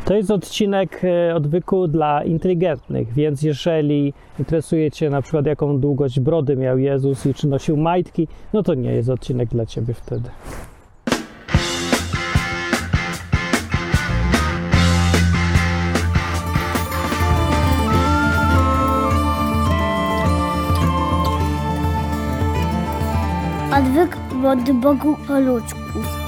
To jest odcinek odwyku dla inteligentnych, więc jeżeli interesuje Cię na przykład jaką długość brody miał Jezus i czy nosił majtki, no to nie jest odcinek dla Ciebie wtedy. Odwyk od Bogu po ludzku.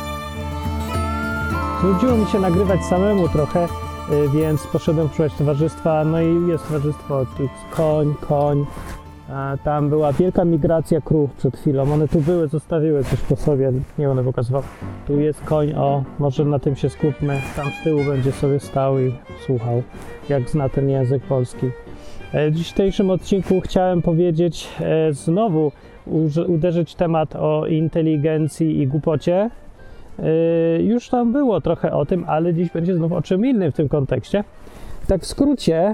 Znudziło mi się nagrywać samemu trochę, więc poszedłem szukać towarzystwa, no i jest towarzystwo, tu koń, a tam była wielka migracja krów przed chwilą, one tu były, zostawiły coś po sobie, nie one pokazywały. Tu jest koń, o, może na tym się skupmy, tam z tyłu będzie sobie stał i słuchał, jak zna ten język polski. W dzisiejszym odcinku chciałem powiedzieć, znowu uderzyć temat o inteligencji i głupocie. Już tam było trochę o tym, ale dziś będzie znów o czym innym w tym kontekście. Tak w skrócie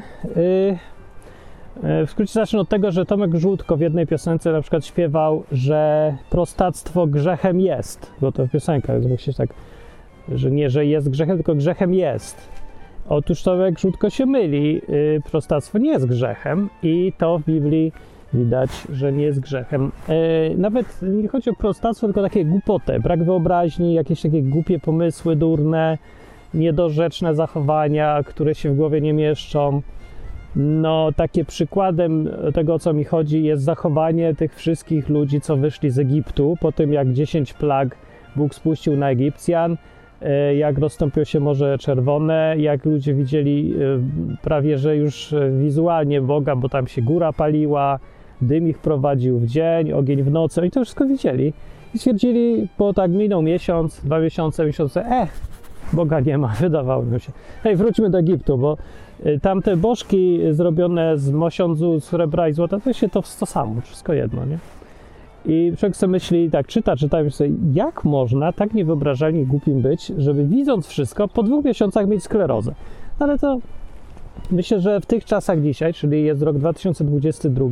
zacznę od tego, że Tomek Żółtko w jednej piosence na przykład śpiewał, że prostactwo grzechem jest, bo to piosenka jest właśnie tak, że nie, że jest grzechem, tylko grzechem jest. Otóż Tomek Żółtko się myli, prostactwo nie jest grzechem i to w Biblii widać, że nie jest grzechem. Nawet nie chodzi o prostactwo, tylko takie głupotę, brak wyobraźni, jakieś takie głupie pomysły durne, niedorzeczne zachowania, które się w głowie nie mieszczą. No, takie przykładem tego, o co mi chodzi, jest zachowanie tych wszystkich ludzi, co wyszli z Egiptu, po tym jak 10 plag Bóg spuścił na Egipcjan, jak rozstąpiło się Morze Czerwone, jak ludzie widzieli prawie, że już wizualnie Boga, bo tam się góra paliła, dym ich prowadził w dzień, ogień w nocy, oni to wszystko widzieli i stwierdzili, po tak minął miesiąc, 2 miesiące, Boga nie ma, wydawało mi się. Hej, wróćmy do Egiptu, bo tamte bożki zrobione z mosiądzu, srebra i złota, to się to samo, wszystko jedno, nie? I człowiek sobie myśli, tak czyta sobie, jak można tak niewyobrażalnie głupim być, żeby widząc wszystko, po 2 miesiącach mieć sklerozę. Ale to myślę, że w tych czasach dzisiaj, czyli jest rok 2022,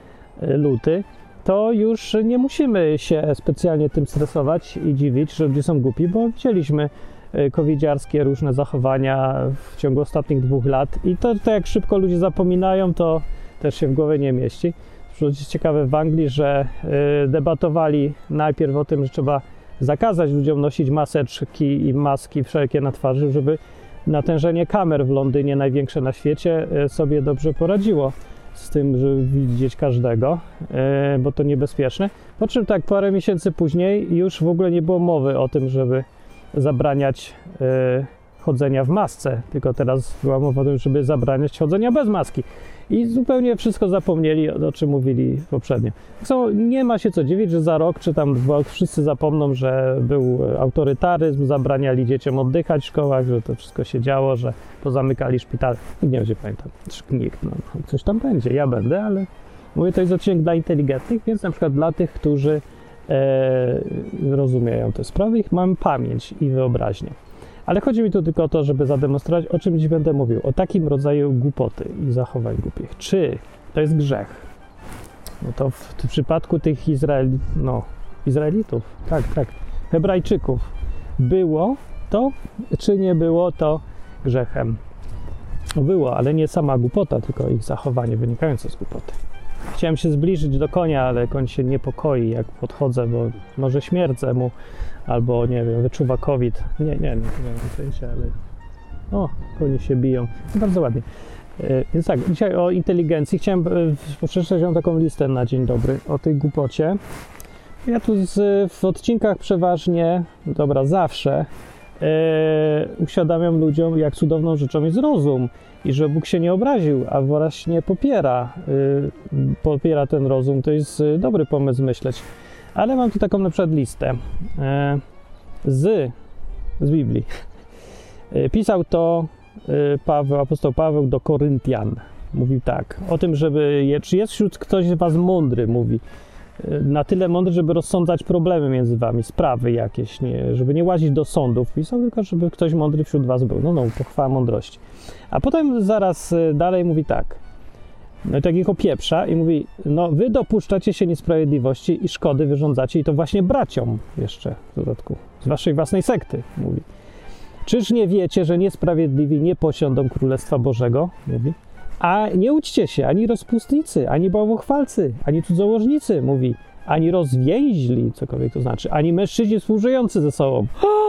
luty, to już nie musimy się specjalnie tym stresować i dziwić, że ludzie są głupi, bo widzieliśmy covidziarskie różne zachowania w ciągu ostatnich 2 lat i to jak szybko ludzie zapominają, to też się w głowie nie mieści. Jest ciekawe w Anglii, że debatowali najpierw o tym, że trzeba zakazać ludziom nosić maseczki i maski wszelkie na twarzy, żeby natężenie kamer w Londynie, największe na świecie, sobie dobrze poradziło z tym, żeby widzieć każdego, bo to niebezpieczne. Po czym tak parę miesięcy później już w ogóle nie było mowy o tym, żeby zabraniać chodzenia w masce, tylko teraz była mowa o tym, żeby zabraniać chodzenia bez maski. I zupełnie wszystko zapomnieli, o czym mówili poprzednio. Nie ma się co dziwić, że za rok czy tam 2 wszyscy zapomną, że był autorytaryzm, zabraniali dzieciom oddychać w szkołach, że to wszystko się działo, że pozamykali szpitale. Nie wiem, gdzie pamiętam. Nikt, no, coś tam będzie, ja będę, ale mówię, to jest odcinek dla inteligentnych, więc na przykład dla tych, którzy rozumieją te sprawy, ich mam pamięć i wyobraźnię. Ale chodzi mi tu tylko o to, żeby zademonstrować, o czym dziś będę mówił, o takim rodzaju głupoty i zachowań głupich. Czy to jest grzech? No to w przypadku tych Izraelitów, tak, Hebrajczyków, było to, czy nie było to grzechem? No było, ale nie sama głupota, tylko ich zachowanie wynikające z głupoty. Chciałem się zbliżyć do konia, ale koń się niepokoi, jak podchodzę, bo może śmierdzę mu, albo, nie wiem, wyczuwa COVID. Nie wiem, ale... O, konie się biją. Bardzo ładnie. Więc tak, dzisiaj o inteligencji. Chciałem przeczytać wam taką listę na dzień dobry o tej głupocie. Ja tu w odcinkach przeważnie, zawsze uświadamiam ludziom, jak cudowną rzeczą jest rozum i że Bóg się nie obraził, a właśnie popiera ten rozum. To jest dobry pomysł myśleć. Ale mam tu taką na przykład listę z Biblii. Pisał to apostoł Paweł do Koryntian. Mówił tak, o tym, czy jest wśród ktoś z was mądry, mówi, na tyle mądry, żeby rozsądzać problemy między wami, sprawy jakieś, żeby nie łazić do sądów. Pisał tylko, żeby ktoś mądry wśród was był. Pochwała mądrości. A potem zaraz dalej mówi tak, tak ich opieprza i mówi, wy dopuszczacie się niesprawiedliwości i szkody wyrządzacie i to właśnie braciom jeszcze w dodatku, z waszej własnej sekty, mówi. Czyż nie wiecie, że niesprawiedliwi nie posiądą Królestwa Bożego? Mówi. A nie uczcie się, ani rozpustnicy, ani bałwochwalcy, ani cudzołożnicy, mówi, ani rozwięźli, cokolwiek to znaczy, ani mężczyźni współżyjący ze sobą,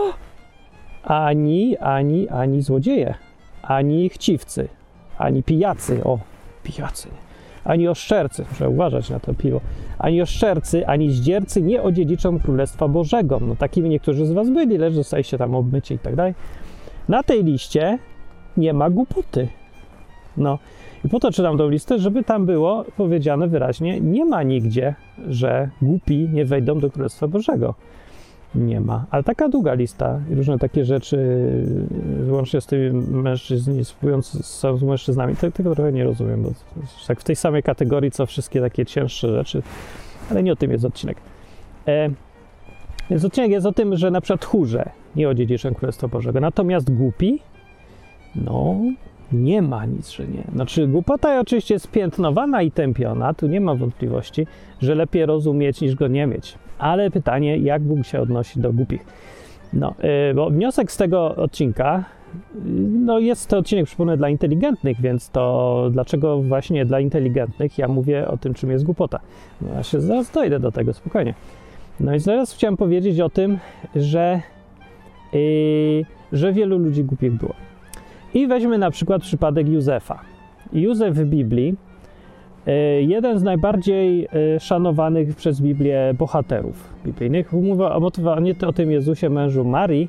ani złodzieje, ani chciwcy, ani pijacy, pijacy, ani oszczercy, muszę uważać na to piwo, ani oszczercy, ani zdziercy nie odziedziczą Królestwa Bożego. No takimi niektórzy z was byli, lecz zostaliście tam obmyci i tak dalej. Na tej liście nie ma głupoty. No i po to czytam tą listę, żeby tam było powiedziane wyraźnie, nie ma nigdzie, że głupi nie wejdą do Królestwa Bożego. Nie ma. Ale taka długa lista i różne takie rzeczy, łącznie z tymi mężczyznami, spółując z mężczyznami, tego trochę nie rozumiem, bo tak w tej samej kategorii, co wszystkie takie cięższe rzeczy, ale nie o tym jest odcinek. Więc odcinek jest o tym, że na przykład tchórze nie odziedziczą Królestwa Bożego, natomiast głupi, no nie ma nic, że nie. Znaczy głupota oczywiście jest spiętnowana i tępiona, tu nie ma wątpliwości, że lepiej rozumieć niż go nie mieć. Ale pytanie, jak Bóg się odnosi do głupich? No, bo wniosek z tego odcinka, no jest to odcinek, przypomnę, dla inteligentnych, więc to dlaczego właśnie dla inteligentnych ja mówię o tym, czym jest głupota? No ja się zaraz dojdę do tego, spokojnie. No i zaraz chciałem powiedzieć o tym, że wielu ludzi głupich było. I weźmy na przykład przypadek Józefa. Józef w Biblii, jeden z najbardziej szanowanych przez Biblię bohaterów biblijnych. Mowa nie o tym Jezusie, mężu Marii,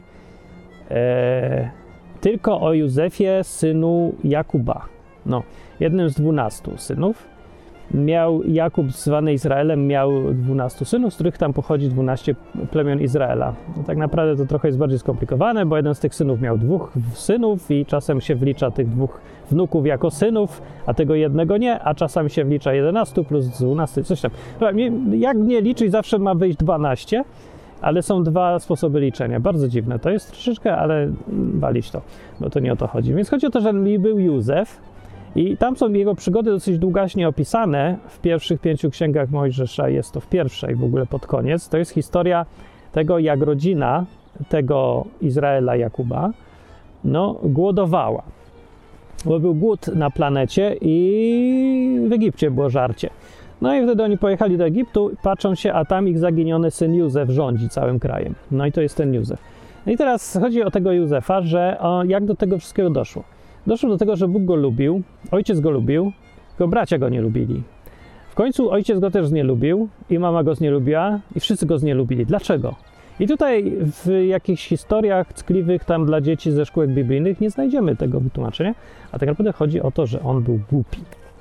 tylko o Józefie, synu Jakuba. No, jednym z 12 synów. Jakub, zwany Izraelem, miał 12 synów, z których tam pochodzi 12 plemion Izraela. No, tak naprawdę to trochę jest bardziej skomplikowane, bo jeden z tych synów miał 2 synów i czasem się wlicza tych 2 wnuków jako synów, a tego jednego nie, a czasami się wlicza 11 plus 12, coś tam. Jak nie liczyć, zawsze ma wyjść 12, ale są 2 sposoby liczenia. Bardzo dziwne to jest troszeczkę, ale walić to, bo to nie o to chodzi. Więc chodzi o to, że był Józef, i tam są jego przygody dosyć długaśnie opisane. W pierwszych 5 księgach Mojżesza, jest to w pierwszej w ogóle pod koniec. To jest historia tego, jak rodzina tego Izraela Jakuba głodowała. Bo był głód na planecie i w Egipcie było żarcie. No i wtedy oni pojechali do Egiptu, patrzą się, a tam ich zaginiony syn Józef rządzi całym krajem. No i to jest ten Józef. No i teraz chodzi o tego Józefa, że jak do tego wszystkiego doszło. Doszło do tego, że Bóg go lubił, ojciec go lubił, tylko bracia go nie lubili. W końcu ojciec go też nie lubił i mama go nie lubiła i wszyscy go nie lubili. Dlaczego? I tutaj w jakichś historiach ckliwych tam dla dzieci ze szkółek biblijnych nie znajdziemy tego wytłumaczenia, a tak naprawdę chodzi o to, że on był głupi.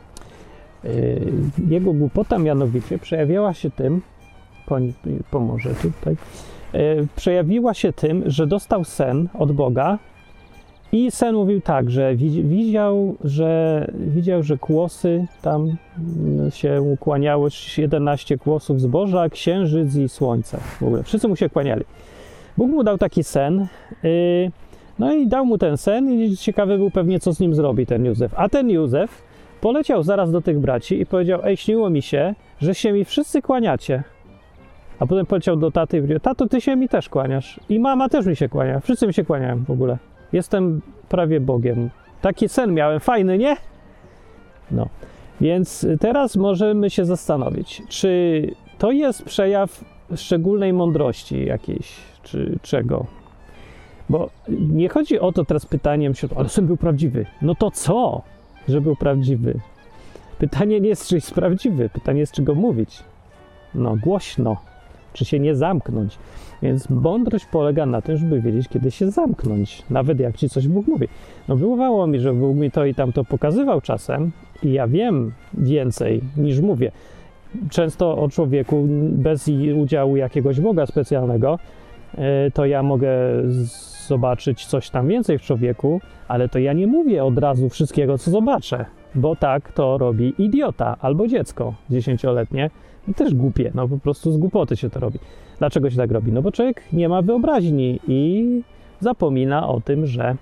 Jego głupota mianowicie przejawiała się tym, pomoże tutaj, przejawiła się tym, że dostał sen od Boga. I sen mówił tak, że widział, że kłosy tam się kłaniały, 11 kłosów zboża, księżyc i słońce. W ogóle wszyscy mu się kłaniali. Bóg mu dał taki sen, no i dał mu ten sen i ciekawy był pewnie, co z nim zrobi ten Józef. A ten Józef poleciał zaraz do tych braci i powiedział, śniło mi się, że się mi wszyscy kłaniacie. A potem poleciał do taty i powiedział, tato, ty się mi też kłaniasz. I mama też mi się kłania, wszyscy mi się kłaniają w ogóle. Jestem prawie Bogiem. Taki sen miałem, fajny, nie? No, więc teraz możemy się zastanowić, czy to jest przejaw szczególnej mądrości jakiejś, czy czego? Bo nie chodzi o to teraz pytaniem, ale sen był prawdziwy. No to co, że był prawdziwy? Pytanie nie jest, czy jest prawdziwy, pytanie jest, czy go mówić. No, głośno, czy się nie zamknąć. Więc mądrość polega na tym, żeby wiedzieć, kiedy się zamknąć, nawet jak ci coś Bóg mówi. No bywało mi, że Bóg mi to i tamto pokazywał czasem i ja wiem więcej niż mówię. Często o człowieku bez udziału jakiegoś Boga specjalnego, to ja mogę zobaczyć coś tam więcej w człowieku, ale to ja nie mówię od razu wszystkiego, co zobaczę, bo tak to robi idiota albo dziecko 10-letnie. I też głupie, no po prostu z głupoty się to robi. Dlaczego się tak robi? No bo człowiek nie ma wyobraźni i zapomina o tym, że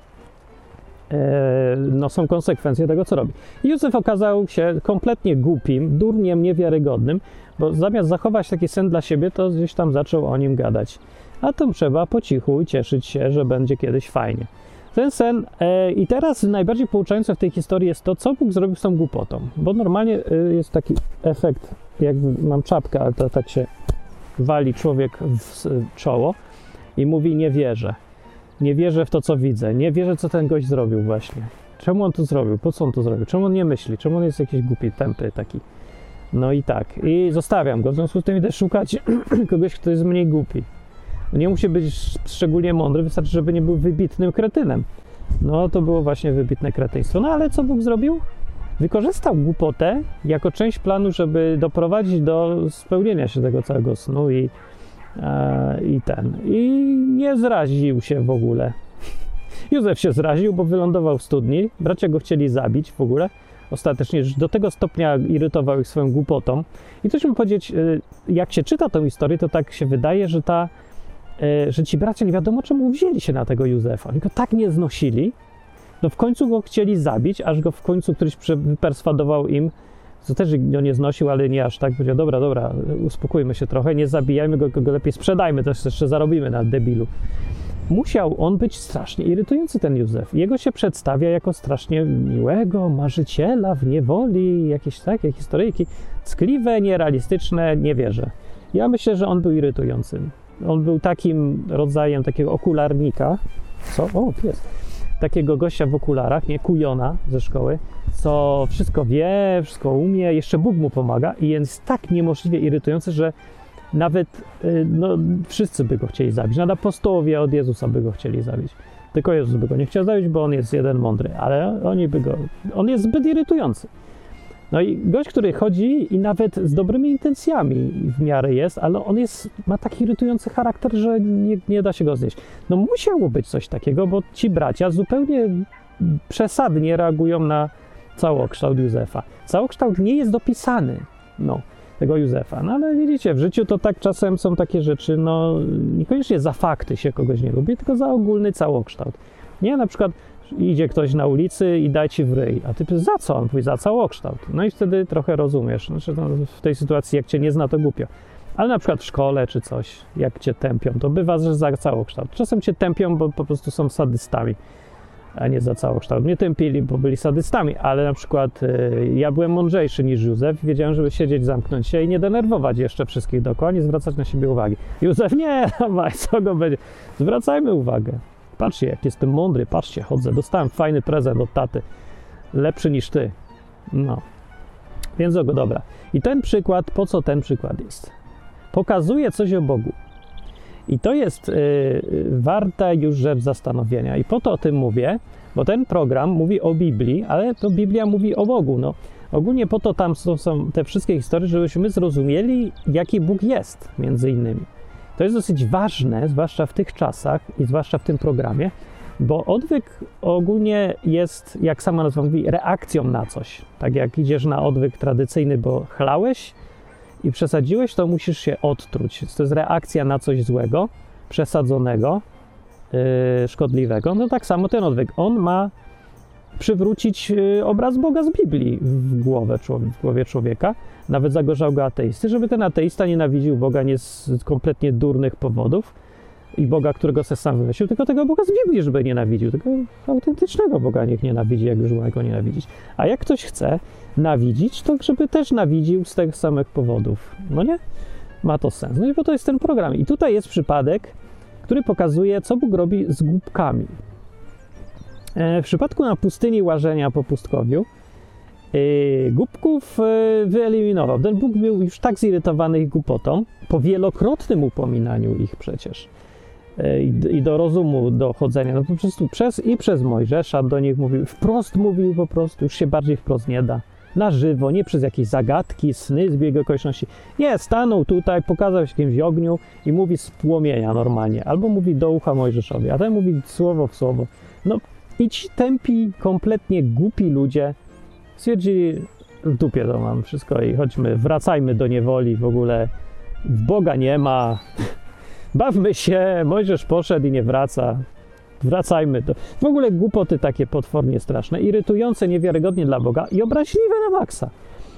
są konsekwencje tego, co robi. I Józef okazał się kompletnie głupim, durniem, niewiarygodnym, bo zamiast zachować taki sen dla siebie, to gdzieś tam zaczął o nim gadać. a to trzeba po cichu i cieszyć się, że będzie kiedyś fajnie. Ten sen i teraz najbardziej pouczające w tej historii jest to, co Bóg zrobił z tą głupotą, bo normalnie jest taki efekt, jak mam czapkę, ale to tak się wali człowiek w czoło i mówi: nie wierzę w to, co widzę, nie wierzę, co ten gość zrobił właśnie. Czemu on to zrobił? Po co on to zrobił? Czemu on nie myśli? Czemu on jest jakiś głupi, tępy taki? No i tak. I zostawiam go. W związku z tym idę szukać kogoś, kto jest mniej głupi. Nie musi być szczególnie mądry, wystarczy, żeby nie był wybitnym kretynem. No to było właśnie wybitne kretyństwo. No ale co Bóg zrobił? Wykorzystał głupotę jako część planu, żeby doprowadzić do spełnienia się tego całego snu i nie zraził się w ogóle. Józef się zraził, bo wylądował w studni. Bracia go chcieli zabić w ogóle. Ostatecznie do tego stopnia irytował ich swoją głupotą. I coś mu powiedzieć, jak się czyta tę historię, to tak się wydaje, że ci bracia nie wiadomo czemu wzięli się na tego Józefa. Oni go tak nie znosili, no w końcu go chcieli zabić, aż go w końcu któryś perswadował im, co też go nie znosił, ale nie aż tak. Powiedział: dobra, uspokójmy się trochę, nie zabijajmy go lepiej sprzedajmy, to jeszcze zarobimy na debilu. Musiał on być strasznie irytujący, ten Józef. Jego się przedstawia jako strasznie miłego marzyciela w niewoli, jakieś takie historyjki ckliwe, nierealistyczne, nie wierzę. Ja myślę, że on był irytujący. On był takim rodzajem takiego okularnika, takiego gościa w okularach, nie, kujona ze szkoły, co wszystko wie, wszystko umie, jeszcze Bóg mu pomaga i jest tak niemożliwie irytujący, że nawet wszyscy by go chcieli zabić. Nawet apostołowie od Jezusa by go chcieli zabić. Tylko Jezus by go nie chciał zabić, bo on jest jeden mądry, ale on jest zbyt irytujący. No i gość, który chodzi i nawet z dobrymi intencjami w miarę jest, ale on ma taki irytujący charakter, że nie da się go znieść. No musiało być coś takiego, bo ci bracia zupełnie przesadnie reagują na całokształt Józefa. Całokształt nie jest dopisany, tego Józefa. No ale widzicie, w życiu to tak czasem są takie rzeczy, niekoniecznie za fakty się kogoś nie lubi, tylko za ogólny całokształt. Nie, na przykład idzie ktoś na ulicy i daj ci w ryj, a ty powiesz: za co? On mówi: za całokształt. No i wtedy trochę rozumiesz. Znaczy, w tej sytuacji, jak cię nie zna, to głupio. Ale na przykład w szkole czy coś, jak cię tępią, to bywa, że za całokształt. Czasem cię tępią, bo po prostu są sadystami, a nie za całokształt. Mnie tępili, bo byli sadystami, ale na przykład ja byłem mądrzejszy niż Józef. Wiedziałem, żeby siedzieć, zamknąć się i nie denerwować jeszcze wszystkich dookoła, nie zwracać na siebie uwagi. Józef: nie, dawaj, co go będzie? Zwracajmy uwagę. Patrzcie, jak jestem mądry, patrzcie, chodzę, dostałem fajny prezent od taty, lepszy niż ty. No, więc dobra. I ten przykład, po co ten przykład jest? Pokazuje coś o Bogu. I to jest warta już rzecz zastanowienia. I po to o tym mówię, bo ten program mówi o Biblii, ale to Biblia mówi o Bogu. Ogólnie po to tam są te wszystkie historie, żebyśmy zrozumieli, jaki Bóg jest, między innymi. To jest dosyć ważne, zwłaszcza w tych czasach i zwłaszcza w tym programie, bo odwyk ogólnie jest, jak sama nazwa mówi, reakcją na coś. Tak jak idziesz na odwyk tradycyjny, bo chlałeś i przesadziłeś, to musisz się odtruć. To jest reakcja na coś złego, przesadzonego, szkodliwego. No tak samo ten odwyk. On ma przywrócić obraz Boga z Biblii w głowie człowieka. Nawet zagorzał go ateisty, żeby ten ateista nienawidził Boga nie z kompletnie durnych powodów i Boga, którego sobie sam wymyślił, tylko tego Boga z Biblii, żeby nienawidził, tylko autentycznego Boga niech nienawidzi, jak już ma go nienawidzić. A jak ktoś chce nawidzić, to żeby też nawidził z tych samych powodów. No nie? Ma to sens. No i bo to jest ten program. I tutaj jest przypadek, który pokazuje, co Bóg robi z głupkami. W przypadku na pustyni łażenia po pustkowiu głupków wyeliminował. Ten Bóg był już tak zirytowany ich głupotą, po wielokrotnym upominaniu ich przecież i do rozumu dochodzenia, no po prostu przez Mojżesza do nich mówił, wprost mówił po prostu, już się bardziej wprost nie da, na żywo, nie przez jakieś zagadki, sny, zbieg okoliczności. Nie, stanął tutaj, pokazał się jakimś ogniu i mówi z płomienia normalnie, albo mówi do ucha Mojżeszowi, a ten mówi słowo w słowo. No i ci tępi, kompletnie głupi ludzie stwierdzili, w dupie to mam wszystko i chodźmy, wracajmy do niewoli, w ogóle Boga nie ma, bawmy się, Mojżesz poszedł i nie wraca, wracajmy. W ogóle głupoty takie potwornie straszne, irytujące niewiarygodnie dla Boga i obraźliwe na maksa.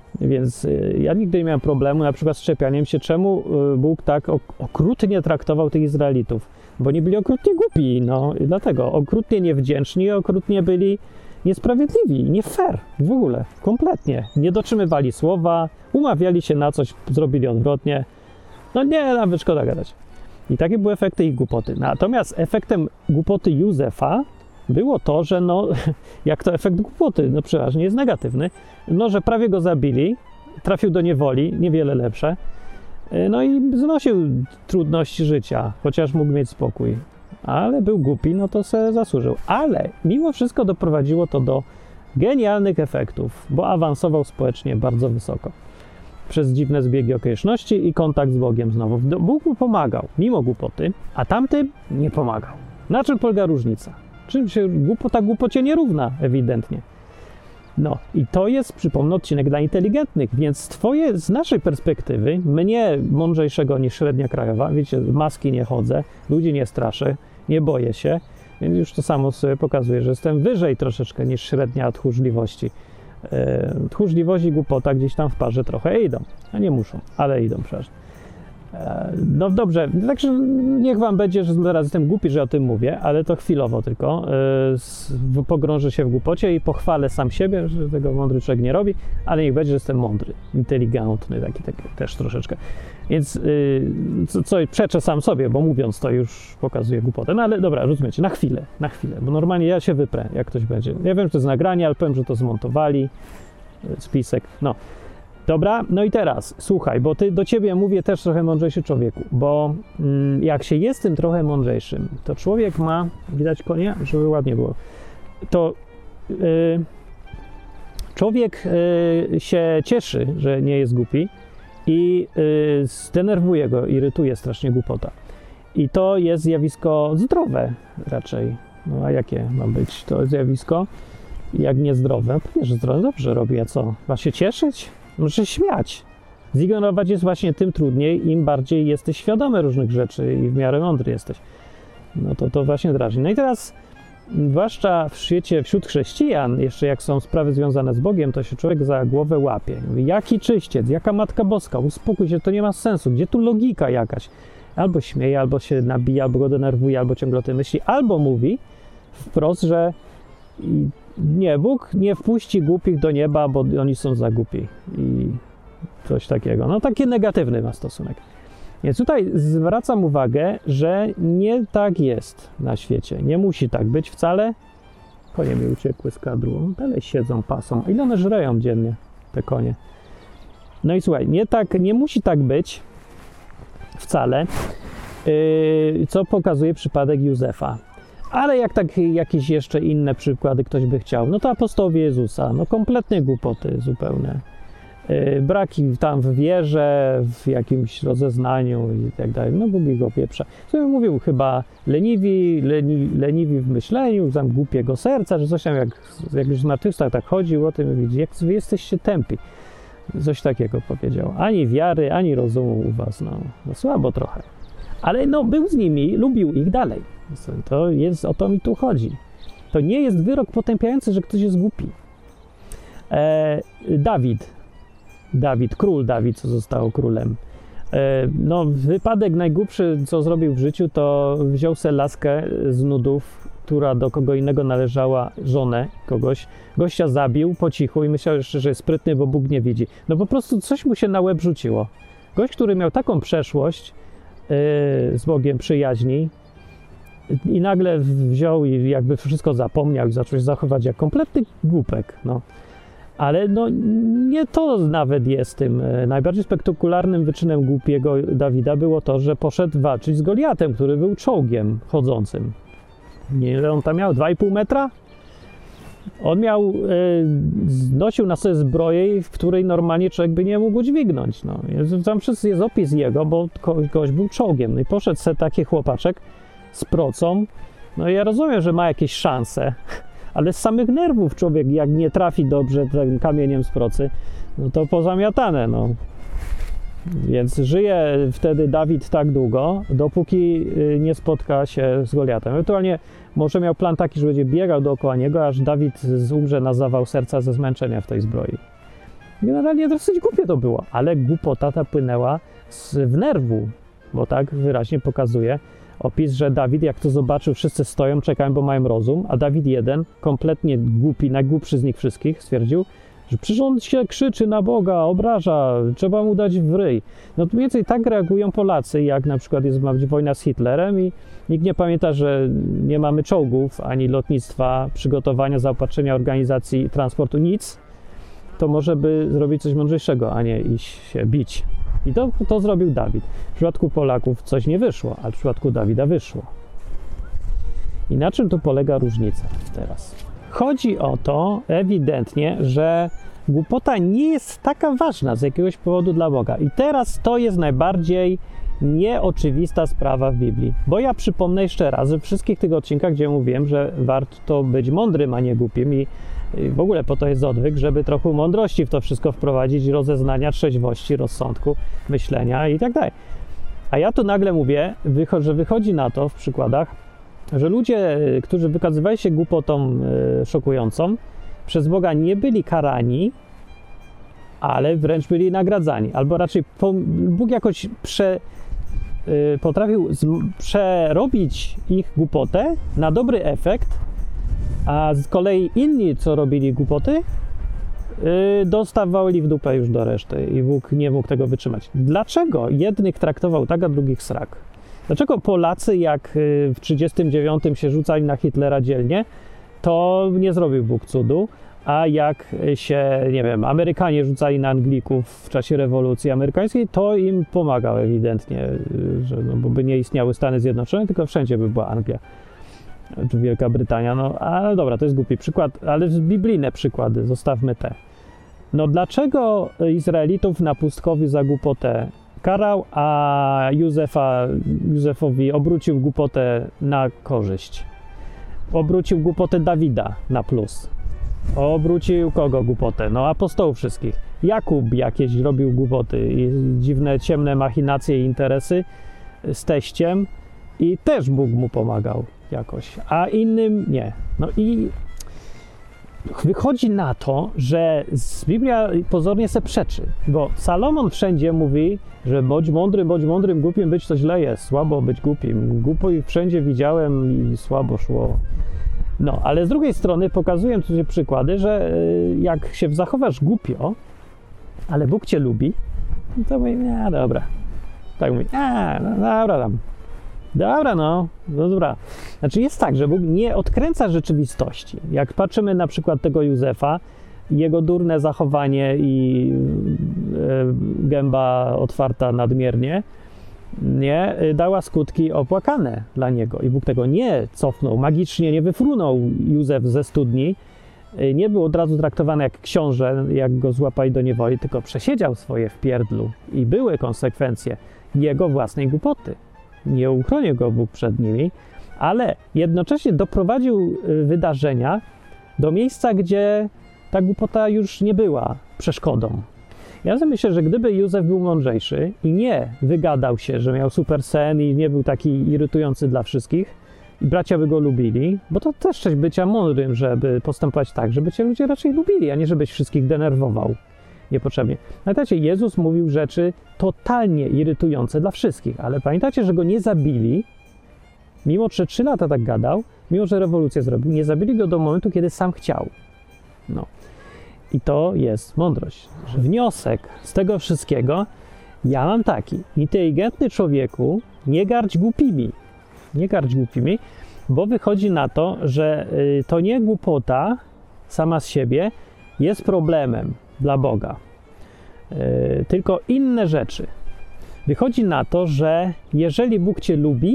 Więc ja nigdy nie miałem problemu na przykład z czepianiem się, czemu Bóg tak okrutnie traktował tych Izraelitów. Bo nie byli okrutnie głupi, no i dlatego. Okrutnie niewdzięczni, okrutnie byli niesprawiedliwi, nie fair w ogóle, kompletnie. Nie dotrzymywali słowa, umawiali się na coś, zrobili odwrotnie. No nie, nawet szkoda gadać. I takie były efekty ich głupoty. Natomiast efektem głupoty Józefa było to, że no, jak to efekt głupoty, no przeważnie jest negatywny, no, że prawie go zabili, trafił do niewoli, niewiele lepsze, no i znosił trudności życia, chociaż mógł mieć spokój. Ale był głupi, no to se zasłużył. Ale mimo wszystko doprowadziło to do genialnych efektów, bo awansował społecznie bardzo wysoko. Przez dziwne zbiegi okoliczności i kontakt z Bogiem znowu. Bóg mu pomagał, mimo głupoty, a tamtym nie pomagał. Na czym polega różnica? Czym się głupota głupocie nie równa, ewidentnie. No i to jest, przypomnę, odcinek dla inteligentnych, więc z naszej perspektywy, mnie mądrzejszego niż średnia krajowa, wiecie, maski nie chodzę, ludzi nie straszę, nie boję się, więc już to samo sobie pokazuje, że jestem wyżej troszeczkę niż średnia tchórzliwości. Tchórzliwość i głupota gdzieś tam w parze trochę idą, a nie muszą, ale idą przecież. No dobrze, także niech wam będzie, że teraz jestem głupi, że o tym mówię, ale to chwilowo tylko. Pogrążę się w głupocie i pochwalę sam siebie, że tego mądry człowiek nie robi, ale niech będzie, że jestem mądry, inteligentny, taki też troszeczkę. Więc przeczę sam sobie, bo mówiąc to już pokazuję głupotę. No ale dobra, rozumiecie, na chwilę, bo normalnie ja się wyprę, jak ktoś będzie. Ja wiem, że to jest nagranie, ale powiem, że to zmontowali, spisek, no. Dobra, no i teraz, słuchaj, bo do ciebie mówię też trochę mądrzejszy człowieku, bo jak się jest tym trochę mądrzejszym, to człowiek ma, widać konia, żeby ładnie było, to człowiek się cieszy, że nie jest głupi i zdenerwuje go, irytuje strasznie głupota. I to jest zjawisko zdrowe raczej. No a jakie ma być to zjawisko? Jak niezdrowe? Pewnie, że zdrowe, dobrze robi, a co? Ma się cieszyć? Może się śmiać. Zignorować jest właśnie tym trudniej, im bardziej jesteś świadomy różnych rzeczy i w miarę mądry jesteś. No to właśnie drażni. No i teraz, zwłaszcza w świecie, wśród chrześcijan, jeszcze jak są sprawy związane z Bogiem, to się człowiek za głowę łapie. Mówi, jaki czyściec, jaka Matka Boska, uspokój się, to nie ma sensu, gdzie tu logika jakaś? Albo śmieje, albo się nabija, albo go denerwuje, albo ciągle o tym myśli, albo mówi wprost, że nie, Bóg nie wpuści głupich do nieba, bo oni są za głupi i coś takiego. No taki negatywny ma stosunek. Więc tutaj zwracam uwagę, że nie tak jest na świecie. Nie musi tak być wcale. Konie mi uciekły z kadru. Dalej siedzą, pasą. Ile one żreją dziennie, te konie? No i słuchaj, nie musi tak być wcale, co pokazuje przypadek Józefa. Ale jak tak jakieś jeszcze inne przykłady ktoś by chciał, no to apostołowie Jezusa, no kompletnie głupoty zupełne. Braki tam w wierze, w jakimś rozeznaniu i tak dalej, no Bóg ich opieprza. Co mówił chyba leniwi w myśleniu, tam głupiego serca, że coś tam jak już zmartwychwstał tak chodził o tym, jak wy jesteście tępi. Coś takiego powiedział. Ani wiary, ani rozumu u was, no słabo trochę. Ale no był z nimi, lubił ich dalej. To jest, o to mi tu chodzi. To nie jest wyrok potępiający, że ktoś jest głupi. Król Dawid, co został królem. No wypadek najgłupszy, co zrobił w życiu, to wziął sobie laskę z nudów, która do kogo innego należała, żonę kogoś. Gościa zabił po cichu i myślał jeszcze, że jest sprytny, bo Bóg nie widzi. No po prostu coś mu się na łeb rzuciło. Gość, który miał taką przeszłość z Bogiem przyjaźni i nagle wziął i jakby wszystko zapomniał i zaczął się zachować jak kompletny głupek, no. Ale no nie to nawet jest tym. Najbardziej spektakularnym wyczynem głupiego Dawida było to, że poszedł walczyć z Goliatem, który był czołgiem chodzącym. Ile on tam miał? 2,5 metra? On nosił na sobie zbroję, w której normalnie człowiek by nie mógł dźwignąć. No. Tam wszyscy jest opis jego, bo gość był czołgiem. No i poszedł sobie taki chłopaczek z procą. No i ja rozumiem, że ma jakieś szanse, ale z samych nerwów człowiek, jak nie trafi dobrze tym kamieniem z procy, no to pozamiatane, no. Więc żyje wtedy Dawid tak długo, dopóki nie spotka się z Goliatem. Ewentualnie może miał plan taki, że będzie biegał dookoła niego, aż Dawid umrze na zawał serca ze zmęczenia w tej zbroi. Generalnie dosyć głupie to było, ale głupota ta płynęła w nerwu, bo tak wyraźnie pokazuje opis, że Dawid, jak to zobaczył, wszyscy stoją, czekają, bo mają rozum, a Dawid jeden, kompletnie głupi, najgłupszy z nich wszystkich, stwierdził, że przecież on się krzyczy na Boga, obraża, trzeba mu dać w ryj. No to mniej więcej tak reagują Polacy, jak na przykład ma być wojna z Hitlerem i nikt nie pamięta, że nie mamy czołgów, ani lotnictwa, przygotowania, zaopatrzenia organizacji transportu, nic, to może by zrobić coś mądrzejszego, a nie iść się bić. I to zrobił Dawid. W przypadku Polaków coś nie wyszło, ale w przypadku Dawida wyszło. I na czym tu polega różnica teraz? Chodzi o to ewidentnie, że głupota nie jest taka ważna z jakiegoś powodu dla Boga. I teraz to jest najbardziej nieoczywista sprawa w Biblii. Bo ja przypomnę jeszcze raz, że w wszystkich tych odcinkach, gdzie mówiłem, że warto być mądrym, a nie głupim i w ogóle po to jest odwyk, żeby trochę mądrości w to wszystko wprowadzić, rozeznania, trzeźwości, rozsądku, myślenia i tak dalej. A ja tu nagle mówię, że wychodzi na to w przykładach, że ludzie, którzy wykazywali się głupotą szokującą, przez Boga nie byli karani, ale wręcz byli nagradzani. Albo raczej Bóg jakoś potrafił przerobić ich głupotę na dobry efekt, a z kolei inni, co robili głupoty, dostawali w dupę już do reszty i Bóg nie mógł tego wytrzymać. Dlaczego jednych traktował tak, a drugich srak? Dlaczego Polacy, jak w 1939 się rzucali na Hitlera dzielnie, to nie zrobił Bóg cudu, a jak się, nie wiem, Amerykanie rzucali na Anglików w czasie rewolucji amerykańskiej, to im pomagał ewidentnie, że, bo by nie istniały Stany Zjednoczone, tylko wszędzie by była Anglia czy Wielka Brytania. No, ale dobra, to jest głupi przykład, ale biblijne przykłady, zostawmy te. No dlaczego Izraelitów na pustkowiu za głupotę karał, a Józefowi obrócił głupotę na korzyść? Obrócił głupotę Dawida na plus. Obrócił kogo głupotę? No apostołów wszystkich. Jakub jakieś robił głupoty i dziwne, ciemne machinacje i interesy z teściem i też Bóg mu pomagał jakoś, a innym nie. No i wychodzi na to, że Biblia pozornie se przeczy, bo Salomon wszędzie mówi, że bądź mądrym, głupim być to źle jest, słabo być głupim. Głupo i wszędzie widziałem i słabo szło. No, ale z drugiej strony pokazuję tu przykłady, że jak się zachowasz głupio, ale Bóg cię lubi, to mówi, nie, dobra. Tak mówi, no dobra tam. Dobra, no dobra. Znaczy jest tak, że Bóg nie odkręca rzeczywistości. Jak patrzymy na przykład tego Józefa, jego durne zachowanie i gęba otwarta nadmiernie, nie, dała skutki opłakane dla niego. I Bóg tego nie cofnął, magicznie nie wyfrunął Józef ze studni, nie był od razu traktowany jak książę, jak go złapali do niewoli, tylko przesiedział swoje w pierdlu i były konsekwencje jego własnej głupoty. Nie uchronił go Bóg przed nimi, ale jednocześnie doprowadził wydarzenia do miejsca, gdzie ta głupota już nie była przeszkodą. Ja sobie myślę, że gdyby Józef był mądrzejszy i nie wygadał się, że miał super sen i nie był taki irytujący dla wszystkich i bracia by go lubili, bo to też część bycia mądrym, żeby postępować tak, żeby cię ludzie raczej lubili, a nie żebyś wszystkich denerwował niepotrzebnie. Pamiętacie, Jezus mówił rzeczy totalnie irytujące dla wszystkich, ale pamiętacie, że go nie zabili, mimo że 3 lata tak gadał, mimo że rewolucję zrobił, nie zabili go do momentu, kiedy sam chciał. No. I to jest mądrość. Wniosek z tego wszystkiego ja mam taki. Inteligentny człowieku, nie gardź głupimi. Nie gardź głupimi, bo wychodzi na to, że to nie głupota sama z siebie jest problemem dla Boga. Tylko inne rzeczy. Wychodzi na to, że jeżeli Bóg cię lubi,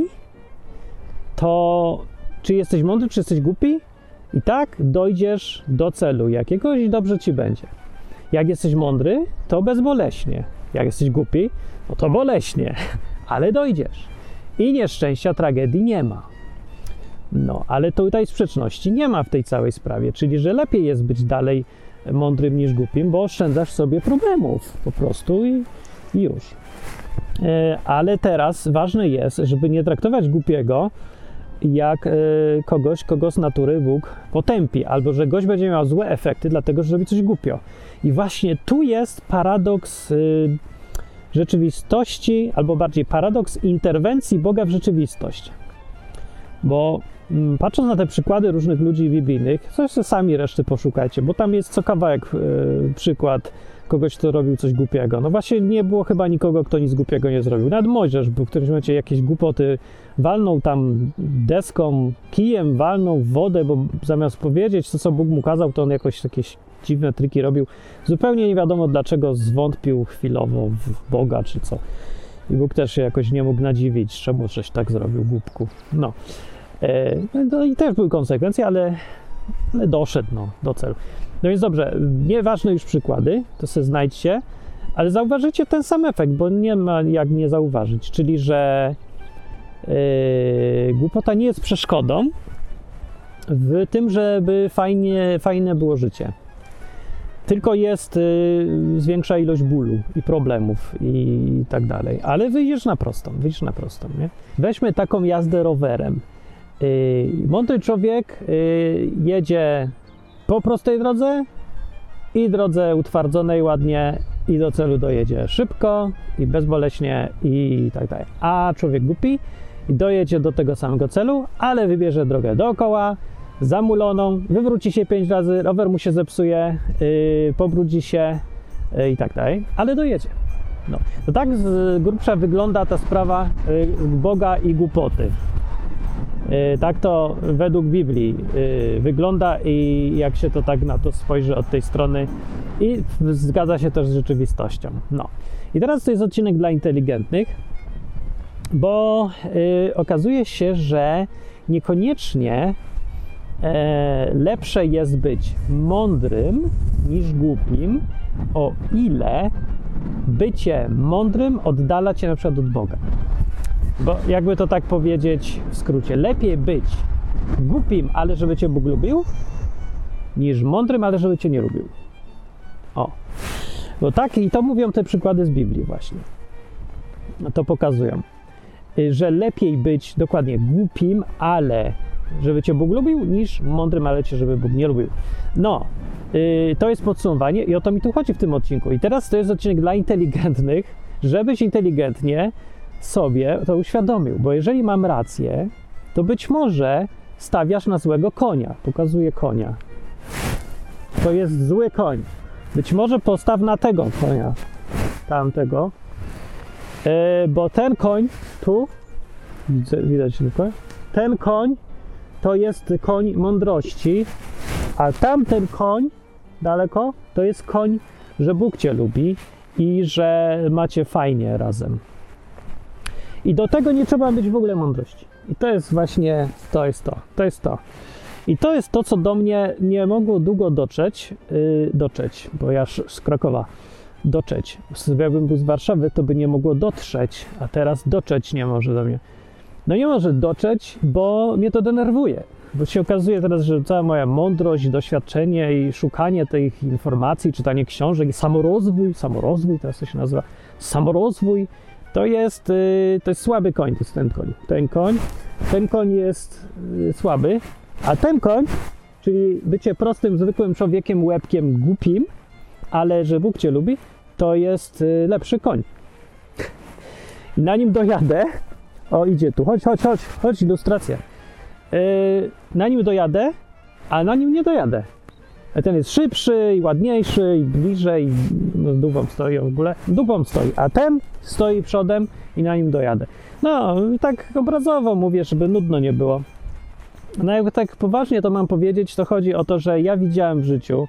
to czy jesteś mądry, czy jesteś głupi, i tak dojdziesz do celu jakiegoś i dobrze ci będzie. Jak jesteś mądry, to bezboleśnie. Jak jesteś głupi, no to boleśnie, ale dojdziesz. I nieszczęścia, tragedii nie ma. No, ale tutaj sprzeczności nie ma w tej całej sprawie, czyli że lepiej jest być dalej mądrym niż głupim, bo oszczędzasz sobie problemów po prostu i już. Ale teraz ważne jest, żeby nie traktować głupiego jak kogoś, kogo z natury Bóg potępi, albo że gość będzie miał złe efekty, dlatego że robi coś głupio. I właśnie tu jest paradoks rzeczywistości, albo bardziej paradoks interwencji Boga w rzeczywistość. Bo patrząc na te przykłady różnych ludzi biblijnych, coś sami reszty poszukajcie, bo tam jest co kawałek przykład kogoś, kto robił coś głupiego. No właśnie nie było chyba nikogo, kto nic głupiego nie zrobił. Nawet Mojżesz był w którymś momencie jakieś głupoty, walnął tam deską, kijem, walnął w wodę, bo zamiast powiedzieć to, co Bóg mu kazał, to on jakoś jakieś dziwne triki robił. Zupełnie nie wiadomo, dlaczego zwątpił chwilowo w Boga, czy co. I Bóg też się jakoś nie mógł nadziwić, czemu coś tak zrobił, głupku. No. No i też były konsekwencje, ale doszedł do celu. No więc dobrze, nieważne już przykłady, to sobie znajdźcie, ale zauważycie ten sam efekt, bo nie ma jak nie zauważyć, czyli że głupota nie jest przeszkodą w tym, żeby fajne było życie. Tylko jest zwiększa ilość bólu i problemów i tak dalej. Ale wyjdziesz na prostą, nie? Weźmy taką jazdę rowerem. Mądry człowiek jedzie po prostej drodze i drodze utwardzonej ładnie i do celu dojedzie szybko i bezboleśnie i tak dalej. A człowiek głupi dojedzie do tego samego celu, ale wybierze drogę dookoła, zamuloną, wywróci się 5 razy, rower mu się zepsuje, pobrudzi się i tak dalej, ale dojedzie. No. To tak z grubsza wygląda ta sprawa Boga i głupoty. Tak to według Biblii wygląda i jak się to tak na to spojrzy od tej strony i zgadza się też z rzeczywistością. No. I teraz to jest odcinek dla inteligentnych, bo okazuje się, że niekoniecznie lepsze jest być mądrym niż głupim, o ile bycie mądrym oddala cię na przykład od Boga. Bo jakby to tak powiedzieć w skrócie, lepiej być głupim, ale żeby cię Bóg lubił, niż mądrym, ale żeby cię nie lubił. O. Bo tak, i to mówią te przykłady z Biblii właśnie. To pokazują, że lepiej być dokładnie głupim, ale żeby cię Bóg lubił, niż mądrym, ale cię żeby Bóg nie lubił. No, to jest podsumowanie i o to mi tu chodzi w tym odcinku. I teraz to jest odcinek dla inteligentnych, żebyś inteligentnie sobie to uświadomił, bo jeżeli mam rację, to być może stawiasz na złego konia. Pokazuję konia. To jest zły koń. Być może postaw na tego konia, tamtego, bo ten koń tu, widać tylko, ten koń to jest koń mądrości, a tamten koń daleko to jest koń, że Bóg cię lubi i że macie fajnie razem. I do tego nie trzeba mieć w ogóle mądrości. I to jest właśnie, to jest to. I to jest to, co do mnie nie mogło długo dotrzeć, bo ja z Krakowa, jakbym był z Warszawy, to by nie mogło dotrzeć, a teraz dotrzeć nie może do mnie. No nie może dotrzeć, bo mnie to denerwuje. Bo się okazuje teraz, że cała moja mądrość, doświadczenie i szukanie tych informacji, czytanie książek, samorozwój, teraz to się nazywa, samorozwój, to jest słaby koń, to jest ten koń jest słaby, a ten koń, czyli bycie prostym, zwykłym człowiekiem, łebkiem, głupim, ale że Bóg cię lubi, to jest lepszy koń. I na nim dojadę, o idzie tu, chodź, ilustracja. Na nim dojadę, a na nim nie dojadę. A ten jest szybszy i ładniejszy i bliżej, no dupą stoi w ogóle, a ten stoi przodem i na nim dojadę. No, tak obrazowo mówię, żeby nudno nie było. No jakby tak poważnie to mam powiedzieć, to chodzi o to, że ja widziałem w życiu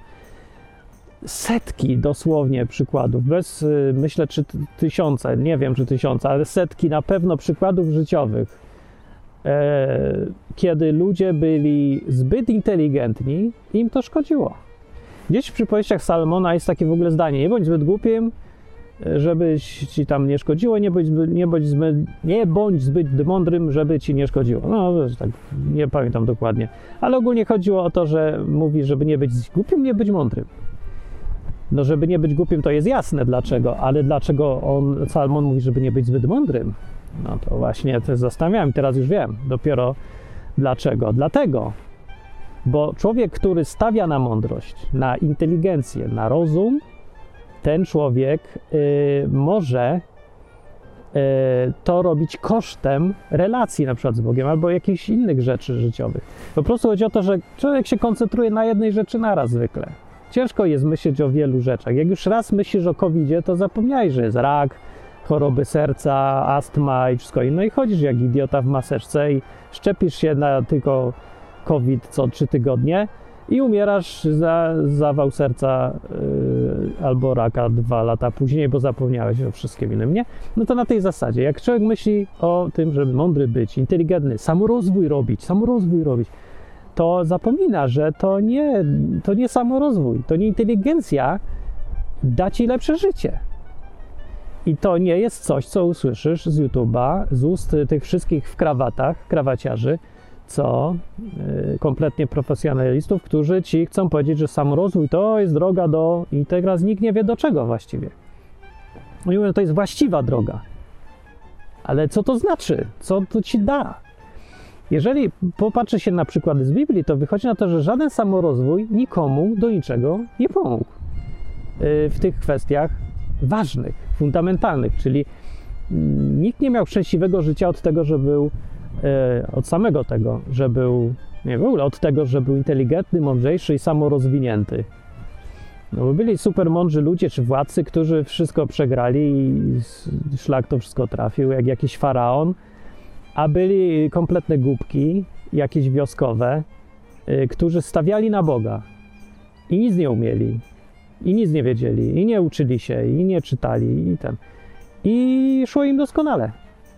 setki dosłownie przykładów, myślę, czy tysiące, nie wiem, czy tysiące, ale setki na pewno przykładów życiowych, kiedy ludzie byli zbyt inteligentni, im to szkodziło. Gdzieś w przypowieściach Salomona jest takie w ogóle zdanie: nie bądź zbyt głupim, żeby ci tam nie szkodziło, nie bądź zbyt mądrym, żeby ci nie szkodziło. No, tak, nie pamiętam dokładnie. Ale ogólnie chodziło o to, że mówi, żeby nie być głupim, nie być mądrym. No, żeby nie być głupim, to jest jasne dlaczego, ale dlaczego Salomon mówi, żeby nie być zbyt mądrym? No to właśnie to zastanawiałem, teraz już wiem. Dopiero Dlaczego? Dlatego, bo człowiek, który stawia na mądrość, na inteligencję, na rozum, ten człowiek może to robić kosztem relacji na przykład z Bogiem albo jakichś innych rzeczy życiowych. Po prostu chodzi o to, że człowiek się koncentruje na jednej rzeczy naraz zwykle. Ciężko jest myśleć o wielu rzeczach. Jak już raz myślisz o COVID-zie, to zapomniałeś, że jest rak, choroby serca, astma i wszystko inne i chodzisz jak idiota w maseczce i szczepisz się na tylko COVID co 3 tygodnie i umierasz za zawał serca albo raka 2 lata później, bo zapomniałeś o wszystkim innym, nie? No to na tej zasadzie, jak człowiek myśli o tym, żeby mądry być, inteligentny, samorozwój robić, to zapomina, że to nie samorozwój, to nie inteligencja da ci lepsze życie. I to nie jest coś, co usłyszysz z YouTube'a, z ust tych wszystkich w krawatach, krawaciarzy, kompletnie profesjonalistów, którzy ci chcą powiedzieć, że samorozwój to jest droga do... I teraz nikt nie wie do czego właściwie. Oni mówią, to jest właściwa droga. Ale co to znaczy? Co to ci da? Jeżeli popatrzy się na przykłady z Biblii, to wychodzi na to, że żaden samorozwój nikomu do niczego nie pomógł w tych kwestiach ważnych, fundamentalnych, czyli nikt nie miał szczęśliwego życia od tego, że był od samego tego, że był, nie w ogóle od tego, że był inteligentny, mądrzejszy i samorozwinięty. No bo byli super mądrzy ludzie czy władcy, którzy wszystko przegrali i szlak to wszystko trafił, jak jakiś faraon, a byli kompletne głupki, jakieś wioskowe, którzy stawiali na Boga i nic nie umieli, i nic nie wiedzieli, i nie uczyli się, i nie czytali, i szło im doskonale.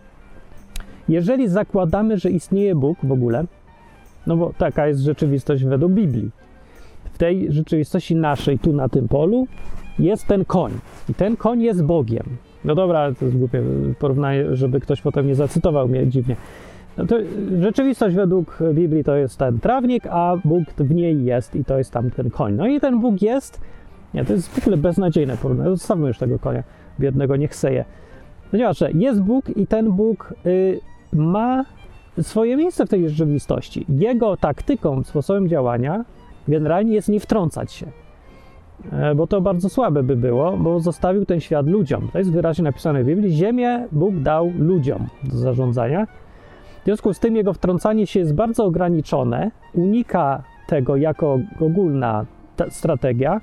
Jeżeli zakładamy, że istnieje Bóg w ogóle, no bo taka jest rzeczywistość według Biblii, w tej rzeczywistości naszej, tu na tym polu, jest ten koń. I ten koń jest Bogiem. No dobra, to jest głupie porównanie, żeby ktoś potem nie zacytował mnie dziwnie. No to rzeczywistość według Biblii to jest ten trawnik, a Bóg w niej jest i to jest tam ten koń. No i ten Bóg jest, nie, to jest w ogóle beznadziejne porównanie, zostawmy już tego konia biednego, niech seje. Ponieważ jest Bóg i ten Bóg ma swoje miejsce w tej rzeczywistości. Jego taktyką, sposobem działania generalnie jest nie wtrącać się. Bo to bardzo słabe by było, bo zostawił ten świat ludziom. To jest wyraźnie napisane w Biblii. Ziemię Bóg dał ludziom do zarządzania. W związku z tym jego wtrącanie się jest bardzo ograniczone. Unika tego jako ogólna strategia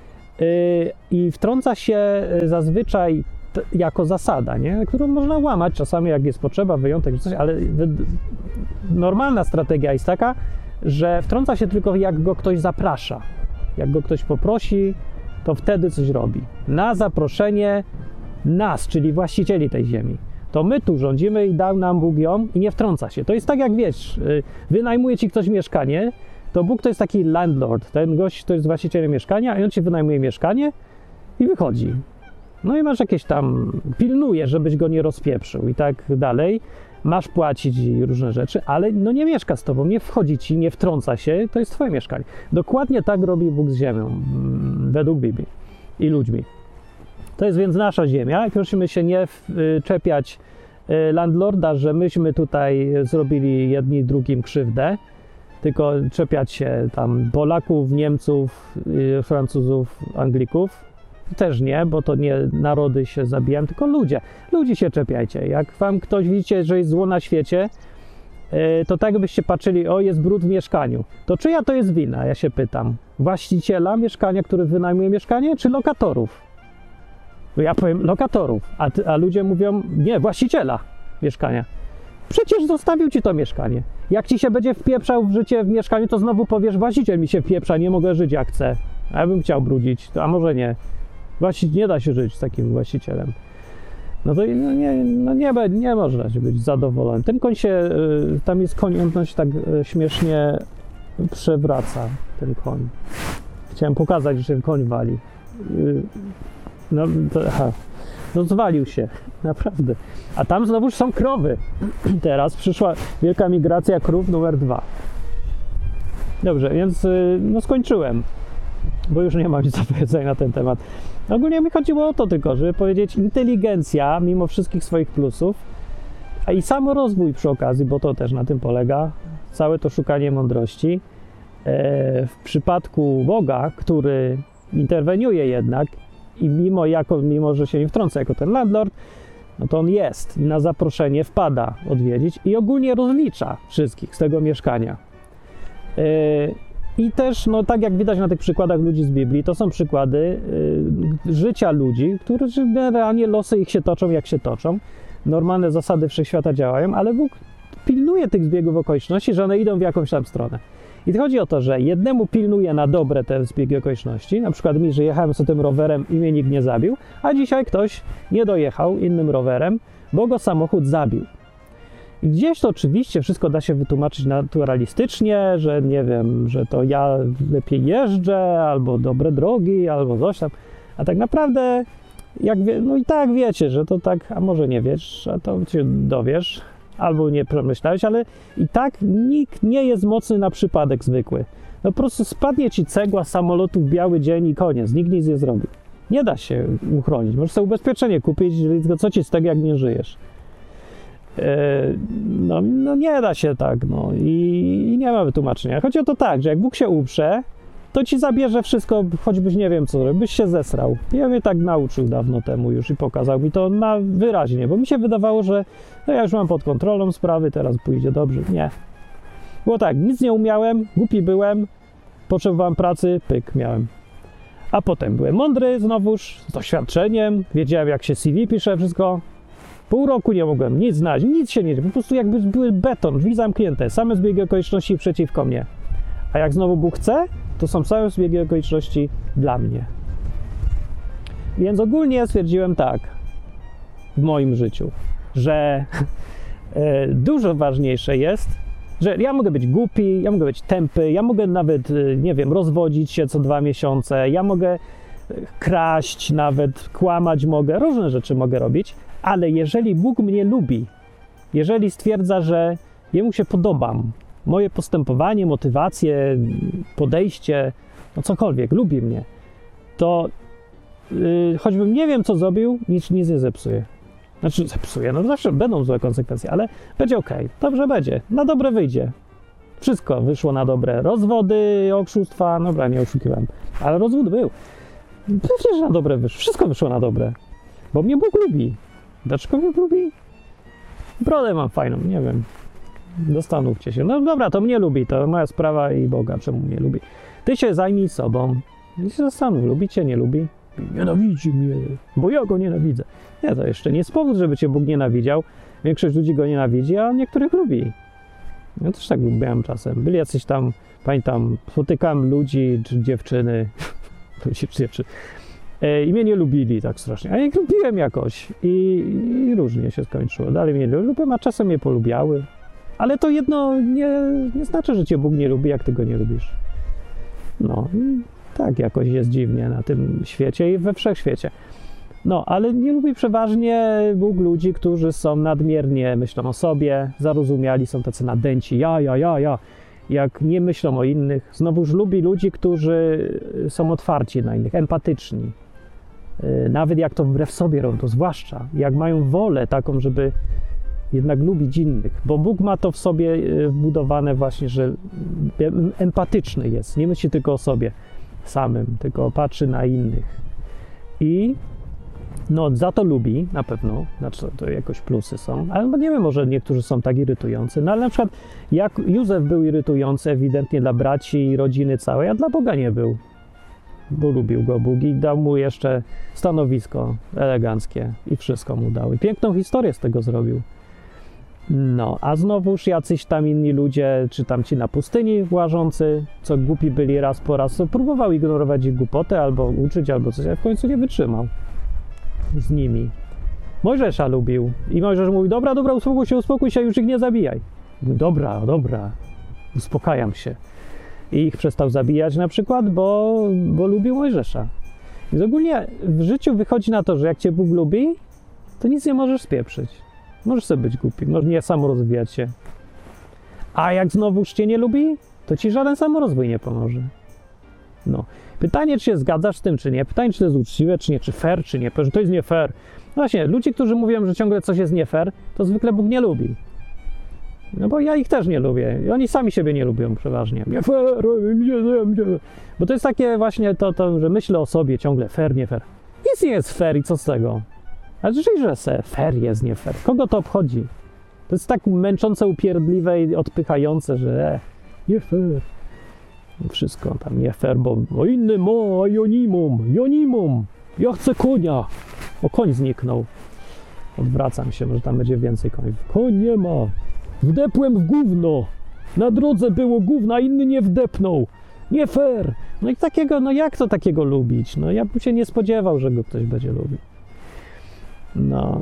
i wtrąca się zazwyczaj jako zasada, nie? Którą można łamać czasami, jak jest potrzeba, wyjątek czy coś, ale normalna strategia jest taka, że wtrąca się tylko jak go ktoś zaprasza. Jak go ktoś poprosi, to wtedy coś robi. Na zaproszenie nas, czyli właścicieli tej ziemi. To my tu rządzimy i dał nam Bóg ją i nie wtrąca się. To jest tak jak wiesz, wynajmuje ci ktoś mieszkanie, to Bóg to jest taki landlord. Ten gość to jest właścicielem mieszkania, i on ci wynajmuje mieszkanie i wychodzi. No i masz jakieś tam, pilnuje, żebyś go nie rozpieprzył i tak dalej. Masz płacić i różne rzeczy, ale no nie mieszka z tobą, nie wchodzi ci, nie wtrąca się, to jest twoje mieszkanie. Dokładnie tak robi Bóg z ziemią, według Biblii i ludźmi. To jest więc nasza ziemia i prosimy się nie czepiać landlorda, że myśmy tutaj zrobili jedni drugim krzywdę, tylko czepiać się tam Polaków, Niemców, Francuzów, Anglików. Też nie, bo to nie narody się zabijają, tylko ludzie. Ludzi się czepiajcie. Jak wam ktoś widzicie, że jest zło na świecie, to tak byście patrzyli, o jest brud w mieszkaniu. To czyja to jest wina? Ja się pytam. Właściciela mieszkania, który wynajmuje mieszkanie, czy lokatorów? Bo ja powiem lokatorów, a ludzie mówią, nie, właściciela mieszkania. Przecież zostawił ci to mieszkanie. Jak ci się będzie wpieprzał w życie w mieszkaniu, to znowu powiesz, właściciel mi się wpieprza, nie mogę żyć jak chcę. A ja bym chciał brudzić, a może nie. Nie da się żyć z takim właścicielem. No to nie można się być zadowolonym. Ten koń się, tam jest koń, on się tak śmiesznie przewraca, ten koń. Chciałem pokazać, że ten koń wali. No zwalił się, naprawdę. A tam znowu są krowy. Teraz przyszła wielka migracja krów numer 2. Dobrze, więc no skończyłem, bo już nie mam nic do powiedzenia na ten temat. Ogólnie mi chodziło o to tylko, żeby powiedzieć, inteligencja, mimo wszystkich swoich plusów, a i samorozwój przy okazji, bo to też na tym polega, całe to szukanie mądrości. W przypadku Boga, który interweniuje jednak i mimo że się nie wtrąca jako ten landlord, no to on jest i na zaproszenie wpada odwiedzić i ogólnie rozlicza wszystkich z tego mieszkania. I też, no tak jak widać na tych przykładach ludzi z Biblii, to są przykłady życia ludzi, którzy generalnie losy ich się toczą jak się toczą. Normalne zasady wszechświata działają, ale Bóg pilnuje tych zbiegów okoliczności, że one idą w jakąś tam stronę. I chodzi o to, że jednemu pilnuje na dobre te zbiegi okoliczności, na przykład mi, że jechałem sobie tym rowerem i mnie nikt nie zabił, a dzisiaj ktoś nie dojechał innym rowerem, bo go samochód zabił. I gdzieś to oczywiście wszystko da się wytłumaczyć naturalistycznie, że nie wiem, że to ja lepiej jeżdżę, albo dobre drogi, albo coś tam, a tak naprawdę, no i tak wiecie, że to tak, a może nie wiesz, a to się dowiesz, albo nie przemyślałeś, ale i tak nikt nie jest mocny na przypadek zwykły. No po prostu spadnie ci cegła z samolotu w biały dzień i koniec, nikt nic nie zrobi. Nie da się uchronić, możesz sobie ubezpieczenie kupić, tylko co ci z tego, jak nie żyjesz. No nie da się tak, no i nie ma wytłumaczenia. Chodzi o to tak, że jak Bóg się uprze, to ci zabierze wszystko, choćbyś nie wiem co, byś się zesrał. Ja mnie tak nauczył dawno temu już i pokazał mi to na wyraźnie, bo mi się wydawało, że no ja już mam pod kontrolą sprawy, teraz pójdzie dobrze. Nie. Było tak, nic nie umiałem, głupi byłem, potrzebowałem pracy, pyk, miałem. A potem byłem mądry znowuż, z doświadczeniem, wiedziałem jak się CV pisze, wszystko. Pół roku nie mogłem nic znać, nic się nie dzieje, po prostu jakby były beton, drzwi zamknięte, same zbiegi okoliczności przeciwko mnie. A jak znowu Bóg chce, to są same zbiegi okoliczności dla mnie. Więc ogólnie stwierdziłem tak w moim życiu, że dużo ważniejsze jest, że ja mogę być głupi, ja mogę być tępy, ja mogę nawet, nie wiem, rozwodzić się co 2 miesiące, ja mogę kraść nawet, kłamać mogę, różne rzeczy mogę robić, ale jeżeli Bóg mnie lubi, jeżeli stwierdza, że Jemu się podobam, moje postępowanie, motywacje, podejście, no cokolwiek, lubi mnie, to choćbym nie wiem, co zrobił, nic nie zepsuje. Znaczy zepsuje, no zawsze będą złe konsekwencje, ale będzie okej, dobrze będzie, na dobre wyjdzie. Wszystko wyszło na dobre. Rozwody, oszustwa, dobra, nie oszukiwałem, ale rozwód był. Pewnie, że na dobre wyszło, wszystko wyszło na dobre, bo mnie Bóg lubi. Dlaczego mnie lubi? Brodę mam fajną, nie wiem. Zastanówcie się. No dobra, to mnie lubi, to moja sprawa i Boga, czemu mnie lubi. Ty się zajmij sobą. I się zastanów, lubi cię, nie lubi? Nienawidzi mnie, bo ja go nienawidzę. Nie, to jeszcze nie jest powód, żeby cię Bóg nienawidział. Większość ludzi go nienawidzi, a niektórych lubi. Ja też tak lubiłem czasem. Byli jacyś tam, pamiętam, spotykałem ludzi czy dziewczyny, i mnie nie lubili tak strasznie, a ja ich lubiłem jakoś i różnie się skończyło. Dalej mnie lubią, a czasem mnie polubiały. Ale to jedno nie znaczy, że cię Bóg nie lubi, jak ty go nie lubisz. No, tak jakoś jest dziwnie na tym świecie i we wszechświecie. No, ale nie lubi przeważnie Bóg ludzi, którzy są nadmiernie, myślą o sobie, zarozumiali, są tacy nadęci, ja. Jak nie myślą o innych. Znowuż lubi ludzi, którzy są otwarci na innych, empatyczni. Nawet jak to wbrew sobie robią, to zwłaszcza jak mają wolę taką, żeby jednak lubić innych, bo Bóg ma to w sobie wbudowane właśnie, że empatyczny jest, nie myśli tylko o sobie samym, tylko patrzy na innych. I no za to lubi na pewno, znaczy to jakoś plusy są, ale nie wiem, może niektórzy są tak irytujący, no ale na przykład jak Józef był irytujący ewidentnie dla braci i rodziny całej, a dla Boga nie był, bo lubił go Bóg i dał mu jeszcze stanowisko eleganckie i wszystko mu dał i piękną historię z tego zrobił. No, a znowuż jacyś tam inni ludzie, czy tam ci na pustyni łażący, co głupi byli raz po raz, to próbował ignorować ich głupotę albo uczyć, albo coś, a w końcu nie wytrzymał z nimi. Mojżesza lubił i Mojżesz mówi, dobra, uspokój się, już ich nie zabijaj. Dobra, uspokajam się. I ich przestał zabijać na przykład, bo lubił Mojżesza. Więc ogólnie w życiu wychodzi na to, że jak cię Bóg lubi, to nic nie możesz spieprzyć. Możesz sobie być głupi, możesz nie samorozwijać się. A jak znowuż cię nie lubi, to ci żaden samorozwój nie pomoże. No. Pytanie, czy się zgadzasz z tym, czy nie. Pytanie, czy to jest uczciwe, czy nie, czy fair, czy nie. Że to jest nie fair. No właśnie, ludzie, którzy mówią, że ciągle coś jest nie fair, to zwykle Bóg nie lubi. No bo ja ich też nie lubię. I oni sami siebie nie lubią przeważnie. Nie fair, nie. Bo to jest takie właśnie to, że myślę o sobie ciągle fair, nie fair. Nic nie jest fair i co z tego? Ale że fair jest, nie fair. Kogo to obchodzi? To jest tak męczące, upierdliwe i odpychające, że nie fair. Wszystko tam nie fair, bo o inny mo, a jonimum. Ja chcę konia. O, koń zniknął. Odwracam się, może tam będzie więcej koni. Koń nie ma. Wdepłem w gówno. Na drodze było gówno, a inny nie wdepnął. Nie fair. No i takiego, no jak to takiego lubić? No ja bym się nie spodziewał, że go ktoś będzie lubił. No.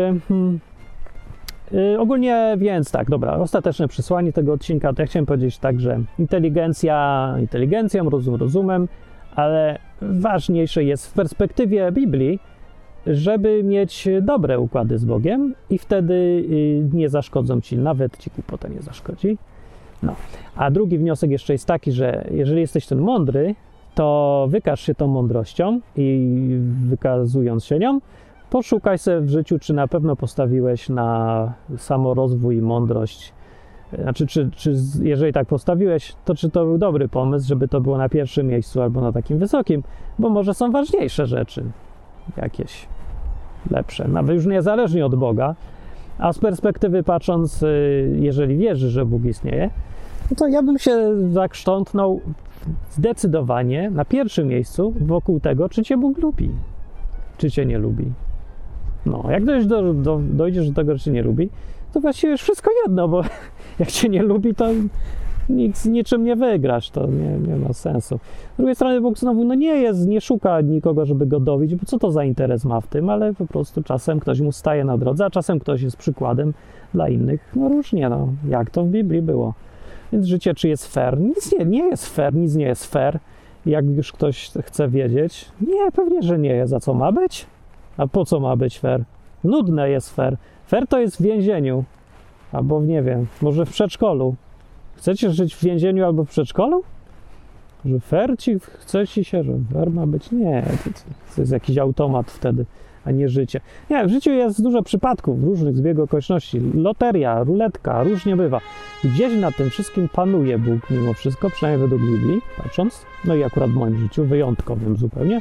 Ogólnie więc tak, dobra, ostateczne przesłanie tego odcinka, to ja chciałem powiedzieć tak, że inteligencja inteligencją, rozum rozumem, ale ważniejsze jest w perspektywie Biblii, żeby mieć dobre układy z Bogiem i wtedy nie zaszkodzą ci, nawet ci głupota nie zaszkodzi. No. A drugi wniosek jeszcze jest taki, że jeżeli jesteś ten mądry, to wykaż się tą mądrością i wykazując się nią, poszukaj sobie w życiu, czy na pewno postawiłeś na samorozwój i mądrość. Znaczy, czy jeżeli tak postawiłeś, to czy to był dobry pomysł, żeby to było na pierwszym miejscu albo na takim wysokim, bo może są ważniejsze rzeczy, jakieś lepsze, nawet już niezależnie od Boga, a z perspektywy patrząc, jeżeli wierzysz, że Bóg istnieje, no to ja bym się zakształtnął zdecydowanie na pierwszym miejscu wokół tego, czy cię Bóg lubi, czy cię nie lubi. No, jak dojdziesz do tego, że cię nie lubi, to właściwie już wszystko jedno, bo jak cię nie lubi, to niczym nie wygrasz, to nie ma sensu. Z drugiej strony Bóg znowu nie szuka nikogo, żeby go dobić, bo co to za interes ma w tym, ale po prostu czasem ktoś mu staje na drodze, a czasem ktoś jest przykładem dla innych. No różnie, no, jak to w Biblii było. Więc życie, czy jest fair? Nic nie jest fair, nic nie jest fair. Jak już ktoś chce wiedzieć, nie, pewnie, że nie jest. A co ma być? A po co ma być fair? Nudne jest fair. Fair to jest w więzieniu, albo nie wiem, może w przedszkolu. Chcecie żyć w więzieniu albo w przedszkolu? Że fair chce ci się, że fair ma być? Nie, to jest jakiś automat wtedy, a nie życie. Nie, w życiu jest dużo przypadków, różnych zbiegów okoliczności. Loteria, ruletka, różnie bywa. Gdzieś na tym wszystkim panuje Bóg mimo wszystko, przynajmniej według Biblii, patrząc. No i akurat w moim życiu, wyjątkowym zupełnie.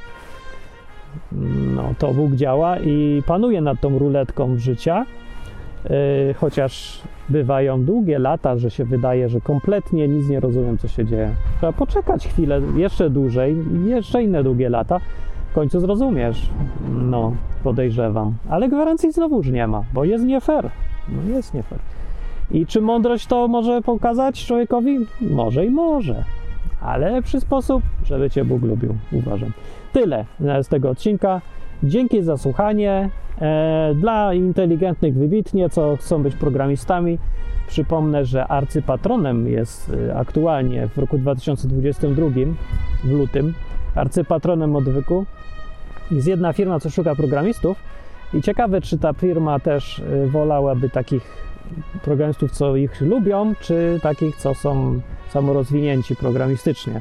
No, to Bóg działa i panuje nad tą ruletką życia, chociaż bywają długie lata, że się wydaje, że kompletnie nic nie rozumiem, co się dzieje. Trzeba poczekać chwilę, jeszcze dłużej, jeszcze inne długie lata, w końcu zrozumiesz. No, podejrzewam. Ale gwarancji znowuż nie ma, bo jest nie fair. No, jest nie fair. I czy mądrość to może pokazać człowiekowi? Może i może. Ale lepszy sposób, żeby cię Bóg lubił, uważam. Tyle z tego odcinka. Dzięki za słuchanie. Dla inteligentnych wybitnie, co chcą być programistami, przypomnę, że arcypatronem jest aktualnie w roku 2022, w lutym, arcypatronem odwyku jest jedna firma, co szuka programistów i ciekawe, czy ta firma też wolałaby takich programistów, co ich lubią, czy takich, co są samorozwinięci programistycznie.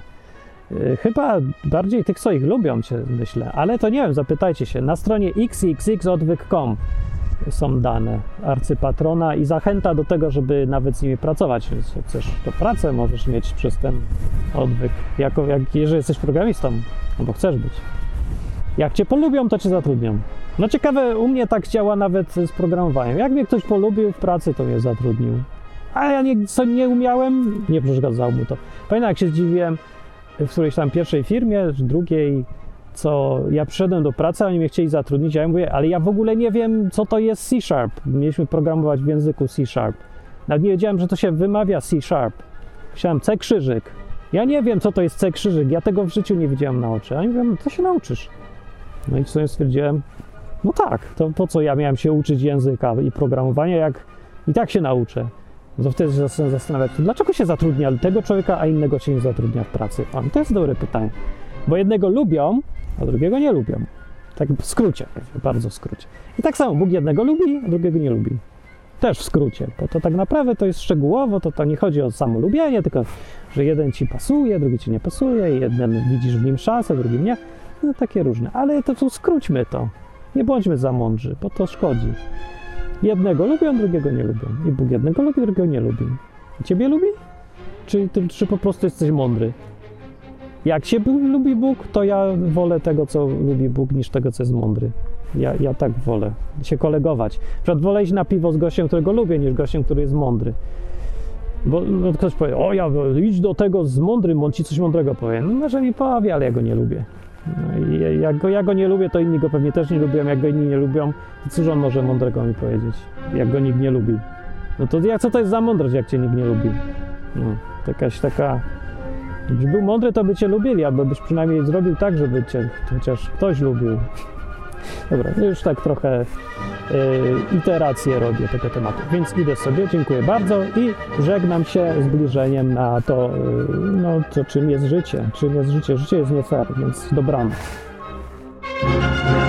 Chyba bardziej tych, co ich lubią, myślę, ale to nie wiem, zapytajcie się. Na stronie xxxodwyk.com są dane arcypatrona i zachęta do tego, żeby nawet z nimi pracować. Więc jak chcesz to pracę, możesz mieć przez ten odwyk, jeżeli jesteś programistą, albo chcesz być. Jak cię polubią, to cię zatrudnią. No ciekawe, u mnie tak działa nawet z programowaniem. Jak mnie ktoś polubił w pracy, to mnie zatrudnił. A ja nie umiałem, nie przeszkadzało mu to. Pamiętam, jak się zdziwiłem w którejś tam pierwszej firmie, drugiej, co ja przyszedłem do pracy, a oni mnie chcieli zatrudnić, a ja mówię, ale ja w ogóle nie wiem, co to jest C#. Mieliśmy programować w języku C#. Nawet nie wiedziałem, że to się wymawia C#. Myślałem C krzyżyk. Ja nie wiem, co to jest C krzyżyk, ja tego w życiu nie widziałem na oczy. A oni mówią, to się nauczysz. No i w sumie stwierdziłem, no tak, to po co ja miałem się uczyć języka i programowania, jak i tak się nauczę. No to wtedy się zastanawiać, dlaczego się zatrudnia tego człowieka, a innego się nie zatrudnia w pracy? To jest dobre pytanie. Bo jednego lubią, a drugiego nie lubią. Tak w skrócie, bardzo w skrócie. I tak samo Bóg jednego lubi, a drugiego nie lubi. Też w skrócie, bo to tak naprawdę to jest szczegółowo, to nie chodzi o samo lubienie, tylko że jeden ci pasuje, drugi ci nie pasuje, jeden widzisz w nim szansę, drugim nie. No takie różne. Ale to skróćmy to. Nie bądźmy za mądrzy, bo to szkodzi. Jednego lubią, drugiego nie lubią. I Bóg jednego lubi, drugiego nie lubi. I ciebie lubi? Czy po prostu jesteś mądry? Jak się lubi Bóg, to ja wolę tego, co lubi Bóg, niż tego, co jest mądry. Ja tak wolę się kolegować. Na przykład wolę iść na piwo z gościem, którego lubię, niż gościem, który jest mądry. Bo no, ktoś powie, idź do tego z mądrym, on ci coś mądrego powie. No może mi powie, ale ja go nie lubię. No, i jak go nie lubię, to inni go pewnie też nie lubią. Jak go inni nie lubią, to cóż on może mądrego mi powiedzieć, jak go nikt nie lubi. No to co to jest za mądrość, jak cię nikt nie lubi? No, jakaś taka... Gdybyś był mądry, to by cię lubili, albo byś przynajmniej zrobił tak, żeby cię chociaż ktoś lubił. Dobra, już tak trochę iterację robię tego tematu, więc idę sobie, dziękuję bardzo i żegnam się zbliżeniem na to, to czym jest życie. Życie jest nie fair, więc dobranoc.